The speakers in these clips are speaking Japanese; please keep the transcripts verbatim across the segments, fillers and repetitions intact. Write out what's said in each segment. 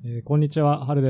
えー、こんにちは、はるです。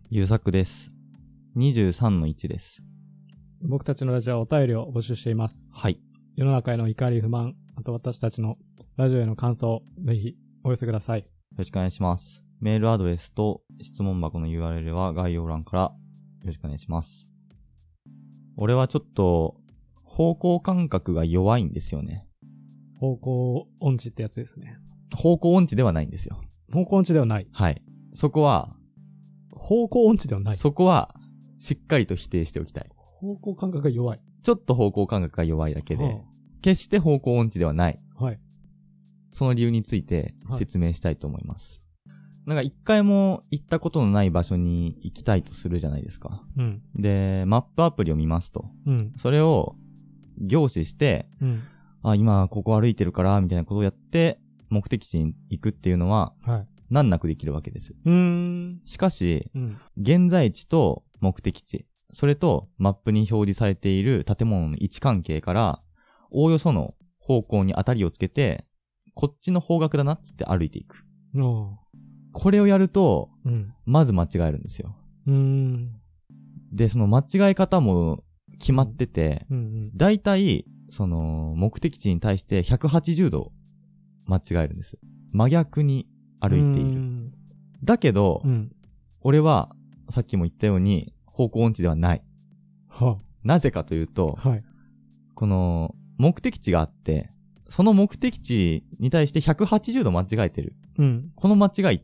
ゆうさくです。にじゅうさんのいちです。 僕たちのラジオはお便りを募集しています。 はい。 世の中への怒り不満、あと私たちのラジオへの感想、ぜひお寄せください。よろしくお願いします。メールアドレスと質問箱の ユーアールエル は概要欄からよろしくお願いします。俺はちょっと方向感覚が弱いんですよね。 方向音痴ってやつですね。 方向音痴ではないんですよ。 方向音痴ではない。 はい。そこは、 方向音痴ではない。 そこはしっかりと否定しておきたい。 方向感覚が弱い。 ちょっと方向感覚が弱いだけで、はあ、決して方向音痴ではない。 はい。 その理由について説明したいと思います。はい、なんか一回も行ったことのない場所に行きたいとするじゃないですか。 うん。 で、マップアプリを見ますと。 うん。それを凝視して、 うん。 あ、今ここ歩いてるから、みたいなことをやって、目的地に行くっていうのは、 はい。 難なくできるわけです。 うーん。 しかし、 うん、 現在地と目的地、それとマップに表示されている建物の位置関係から、おおよその方向に当たりをつけて、こっちの方角だなっつって歩いていく。 おこれをやると、 うん、 まず間違えるんですよ。 うーん。 で、その間違え方も決まってて、 うんうんうん、 だいたい、その、目的地に対してひゃくはちじゅうど間違えるんです。真逆に歩いている。だけど、 うん、 俺は、さっきも言ったように、方向音痴ではない。 はあ、 なぜかというと、 はい、 この、目的地があって、その目的地に対してひゃくはちじゅうど間違えてる。 うん、この間違いって、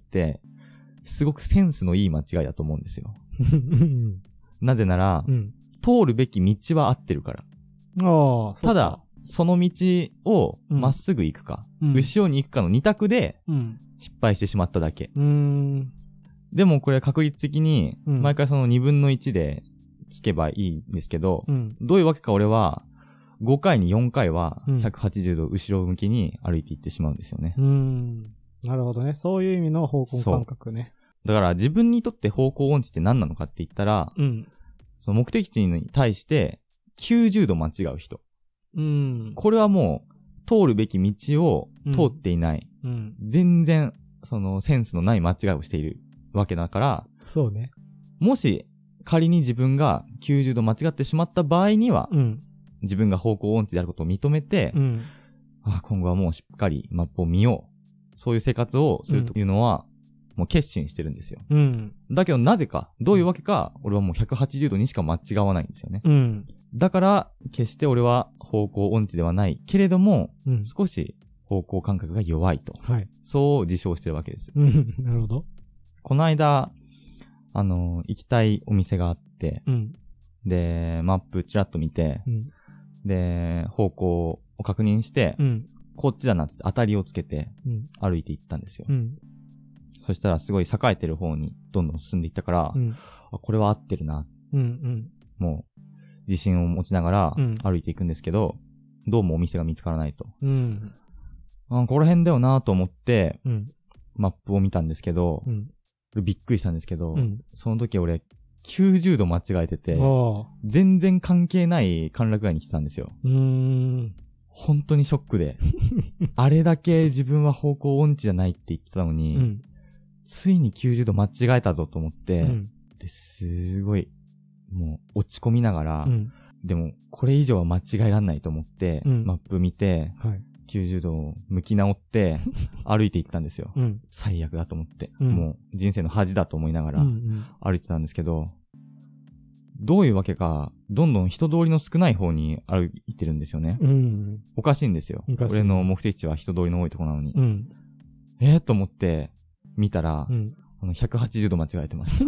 すごくセンスのいい間違いだと思うんですよ。なぜなら、うん、通るべき道は合ってるから。 ああ、 ただ、その道をまっすぐ行くか、うん、後ろに行くかの二択で失敗してしまっただけ。 うん、 でもこれ確率的に毎回その二分の一でつけばいいんですけど、うん、どういうわけか俺はごかいによんかいはひゃくはちじゅうど後ろ向きに歩いていってしまうんですよね。 うん、なるほどね。そういう意味の方向感覚ね。 だから自分にとって方向音痴って何なのかって言ったら、うん、その目的地に対してきゅうじゅうど間違う人。 うん、 これはもう通るべき道を通っていない、うんうん、全然そのセンスのない間違いをしているわけだから、 そうね。 もし仮に自分がきゅうじゅうど間違ってしまった場合には、うん、自分が方向音痴であることを認めて、うん、あ、今後はもうしっかりマップを見よう、そういう生活をするというのは、もう決心してるんですよ、うん、だけどなぜかどういうわけか、俺はもうひゃくはちじゅうどにしか間違わないんですよね、うん、だから決して俺は方向音痴ではないけれども、うん、少し方向感覚が弱いと、はい、そう自称してるわけです、 うん、なるほど。 この間あの行きたいお店があって、うん、でマップちらっと見て、うん、で方向を確認して、うん、こっちだなって当たりをつけて歩いて行ったんですよ、うん、そしたらすごい栄えてる方にどんどん進んでいったから、うん、あ、これは合ってるな、うんうん、もう自信を持ちながら歩いていくんですけど、うん、どうもお店が見つからないと、うん、あ、この辺だよなと思って、うん、マップを見たんですけど、うん、びっくりしたんですけど、うん、その時俺きゅうじゅうど間違えてて、全然関係ない歓楽街に来てたんですよ。うーん、本当にショックであれだけ自分は方向音痴じゃないって言ってたのに、うん、ついにきゅうじゅうど間違えたぞと思って、うん、ですごいもう落ち込みながら、うん、でもこれ以上は間違えらんないと思って、うん、マップ見て、はい、きゅうじゅうどを向き直って歩いていったんですよ、うん、最悪だと思って、うん、もう人生の恥だと思いながら歩いてたんですけど、うんうん、どういうわけかどんどん人通りの少ない方に歩いてるんですよね、うん、おかしいんですよ。俺の目的地は人通りの多いところなのに、うん、えーと思って見たら、うん、あのひゃくはちじゅうど間違えてました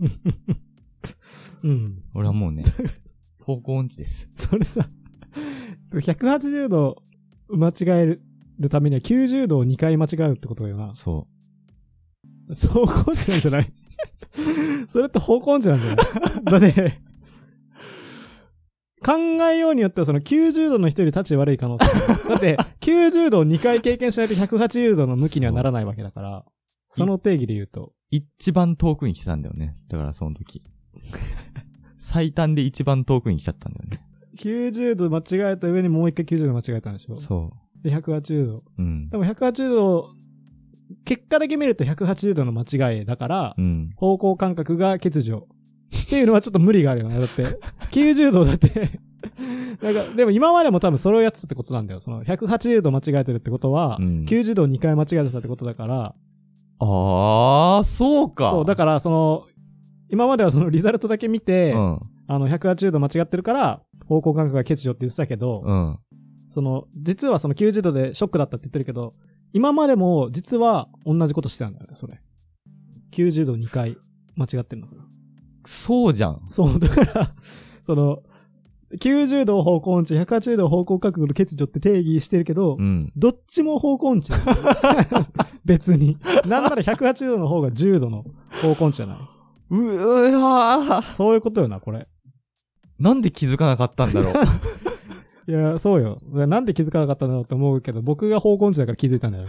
うん、俺はもうね方向音痴です。 それさひゃくはちじゅうど間違えるためにはきゅうじゅうどをにかい間違うってことだよな。 そう。 方向音痴なんじゃないそれって方向音痴なんじゃないだって考えようによってはそのきゅうじゅうどの人より立ち悪い可能性だってきゅうじゅうどをにかい経験しないとひゃくはちじゅうどの向きにはならないわけだから、その定義で言うと一番遠くに来てたんだよね。だからその時最短で一番遠くに来ちゃったんだよね。 きゅうじゅうど間違えた上にもう一回きゅうじゅうど間違えたんでしょ。 そう。 でひゃくはちじゅうど。 うん。 でもひゃくはちじゅうど結果だけ見るとひゃくはちじゅうどの間違いだから、うん、方向感覚が欠如っていうのはちょっと無理があるよね。だってきゅうじゅうどだってなんかでも今までも多分それをやってたってことなんだよ。そのひゃくはちじゅうど間違えてるってことは、うん、きゅうじゅうどをにかい間違えてたってことだから。 ああ、そうか。 そうだからその今まではそのリザルトだけ見て、うん、あのひゃくはちじゅうど間違ってるから方向感覚が欠如って言ってたけど、うん、その実はそのきゅうじゅうどでショックだったって言ってるけど、今までも実は同じことしてたんだよね、それ。きゅうじゅうどにかい間違ってんのかな。 そうじゃん。 そう、だから、その、きゅうじゅうど方向音痴、ひゃくはちじゅうど方向覚悟の欠如って定義してるけど、うん、どっちも方向音痴別に。なんならひゃくはちじゅうどの方がじゅうどの方向音痴じゃない。 うわー。 そういうことよな、これ。 なんで気づかなかったんだろう。 いや、そうよ。なんで気づかなかったんだろうって思うけど、僕が方向音痴だから気づいたんだよ。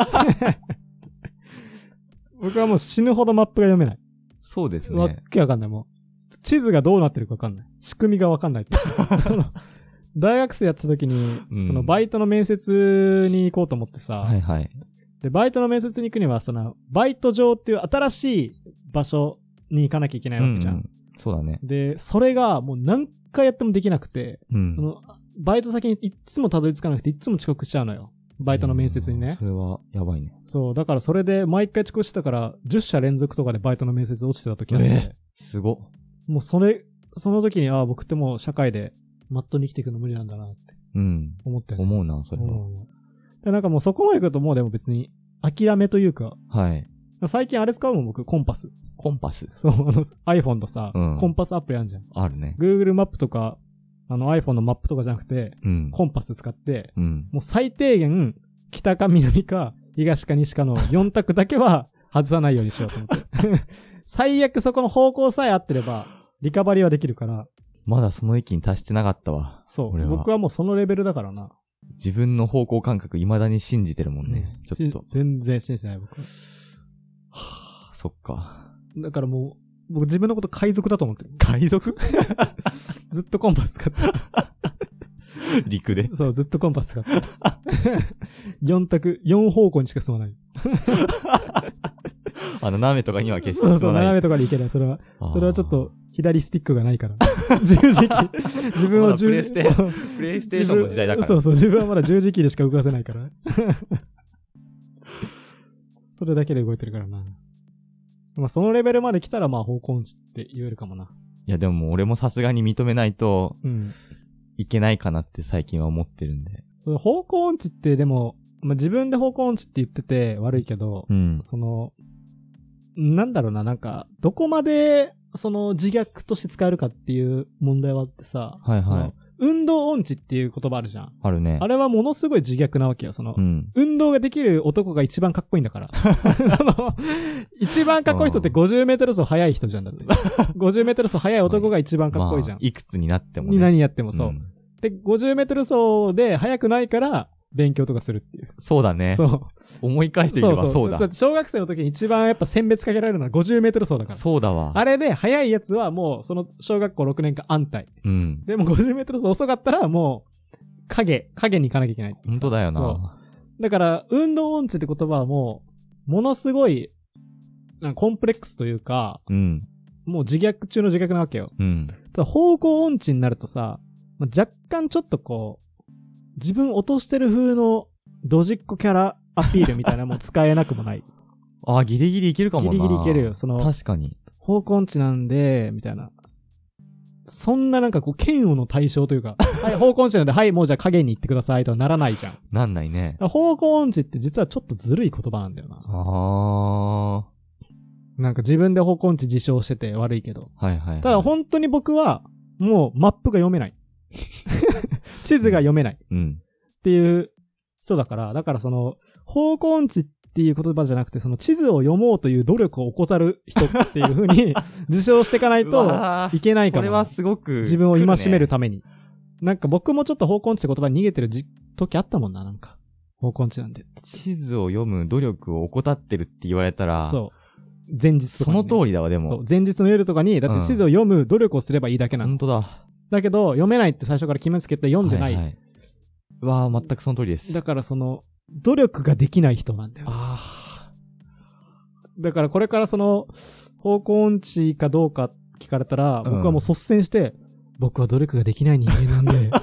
僕はもう死ぬほどマップが読めない。 そうですね。 わけわかんない。もう。地図がどうなってるかわかんない。仕組みがわかんない大学生やってた時に、うん、そのバイトの面接に行こうと思ってさ、 はいはい。 で、バイトの面接に行くには、その、バイト場っていう新しい場所に行かなきゃいけないわけじゃん。うんうん、 そうだね。 で、それがもう何回やってもできなくて、うん、そのバイト先にいっつもたどり着かなくて、いっつも遅刻しちゃうのよ。バイトの面接にね。 それはやばいね。 そう、だからそれで毎回遅刻してたから、じゅっしゃ連続とかでバイトの面接落ちてた時あって。えー、すごっ。 もうそれ、その時に、ああ、僕ってもう社会でマットに生きていくの無理なんだなって。うん。思って、 ね。思うな、それは。 で、なんかもうそこまで来るともうでも別に諦めというか。はい。最近あれ使うもん僕、コンパス。 コンパスそう、あの iPhone とさ、うん、コンパスアプリあるじゃん。 あるね。 Google マップとか、あの iPhone のマップとかじゃなくて、うん、コンパス使って、うん、もう最低限、北か南か東か西かのよん択だけは外さないようにしようと思って。最悪そこの方向さえ合ってれば、リカバリーはできるから。 まだその域に達してなかったわ。 そう。俺は僕はもうそのレベルだからな。 自分の方向感覚未だに信じてるもんね。うん、ちょっと。 全然信じてない僕は。 はぁ、そっか。 だからもう、僕自分のこと海賊だと思ってる。 海賊ずっとコンパス使ってる。 陸でそう、ずっとコンパス使ってる。よん択、よん方向にしか進まない。 あの、斜めとかには決して進まない。そうそう、斜めとかに行けない。それは、それはちょっと、左スティックがないから。十字キー。自分を十字キー。 プレイステーションの時代だから。 そうそう、自分はまだ十字キーでしか動かせないから。それだけで動いてるからな。まあ、そのレベルまで来たら、まあ、方向音痴って言えるかもな。 いや、でも俺もさすがに認めないと、うん。いけないかなって最近は思ってるんで。 その方向音痴ってでも、まあ、自分で方向音痴って言ってて悪いけど、うん。その、なんだろうな、なんか、どこまで、その自虐として使えるかっていう問題はあってさ、はいはい。運動音痴っていう言葉あるじゃん。 あるね。 あれはものすごい自虐なわけよ。その、うん、運動ができる男が一番かっこいいんだから。その、一番かっこいい人ってごじゅうメートル走速い人じゃんだって。ごじゅうメートル走速い男が一番かっこいいじゃん。まあ、 いくつになってもね。 何やってもそう。うん、で、ごじゅうメートル走で速くないから、勉強とかするっていう。 そうだね。そう。思い返してみればそうだ。そうそう。 小学生の時に一番やっぱ選別かけられるのはごじゅうメートル走だから。 そうだわ。 あれで速いやつはもうその小学校ろくねんかん安泰。うん。でもごじゅうメートル走遅かったらもう影、影に行かなきゃいけない。 本当だよな。 だから運動音痴って言葉はもうものすごいなんかコンプレックスというか、うん。もう自虐中の自虐なわけよ。うん。ただ方向音痴になるとさ、若干ちょっとこう、自分落としてる風のドジっ子キャラアピールみたいなもん使えなくもない。 ああ、ギリギリいけるかもな。 ギリギリいけるよ。その、 確かに。 方向音痴なんで、みたいな。そんななんかこう、嫌悪の対象というか、はい、方向音痴なんで、はい、もうじゃあ影に行ってくださいとはならないじゃん。 なんないね。 方向音痴って実はちょっとずるい言葉なんだよな。ああ。なんか自分で方向音痴自称してて悪いけど。はいはい、はい。ただ本当に僕は、もうマップが読めない。地図が読めない。うん。っていう人だから、だからその、方向音痴っていう言葉じゃなくて、その地図を読もうという努力を怠る人っていう風に自称していかないといけないかも。 これはすごく、ね、 自分を戒めるために。なんか僕もちょっと方向音痴って言葉に逃げてる時あったもんな、なんか。方向音痴なんで。 地図を読む努力を怠ってるって言われたら、 そう。前日とか、ね。 その通りだわ、でも。そう。 前日の夜とかに、だって地図を読む努力をすればいいだけなの。 本当だ。 だけど、読めないって最初から決めつけて読んでない。はいはい、 うわぁ、全くその通りです。 だからその、努力ができない人なんだよ。ああ。 だからこれからその、方向音痴かどうか聞かれたら、僕はもう率先して、うん、僕は努力ができない人間なんで。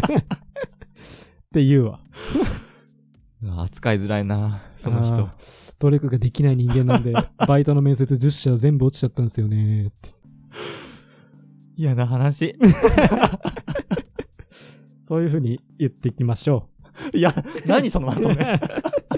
って言うわ。 扱いづらいな、その人。 努力ができない人間なんで、バイトの面接じゅっ社全部落ちちゃったんですよねって。 嫌な話。 そういう風に言っていきましょう。いや、何そのまとめ。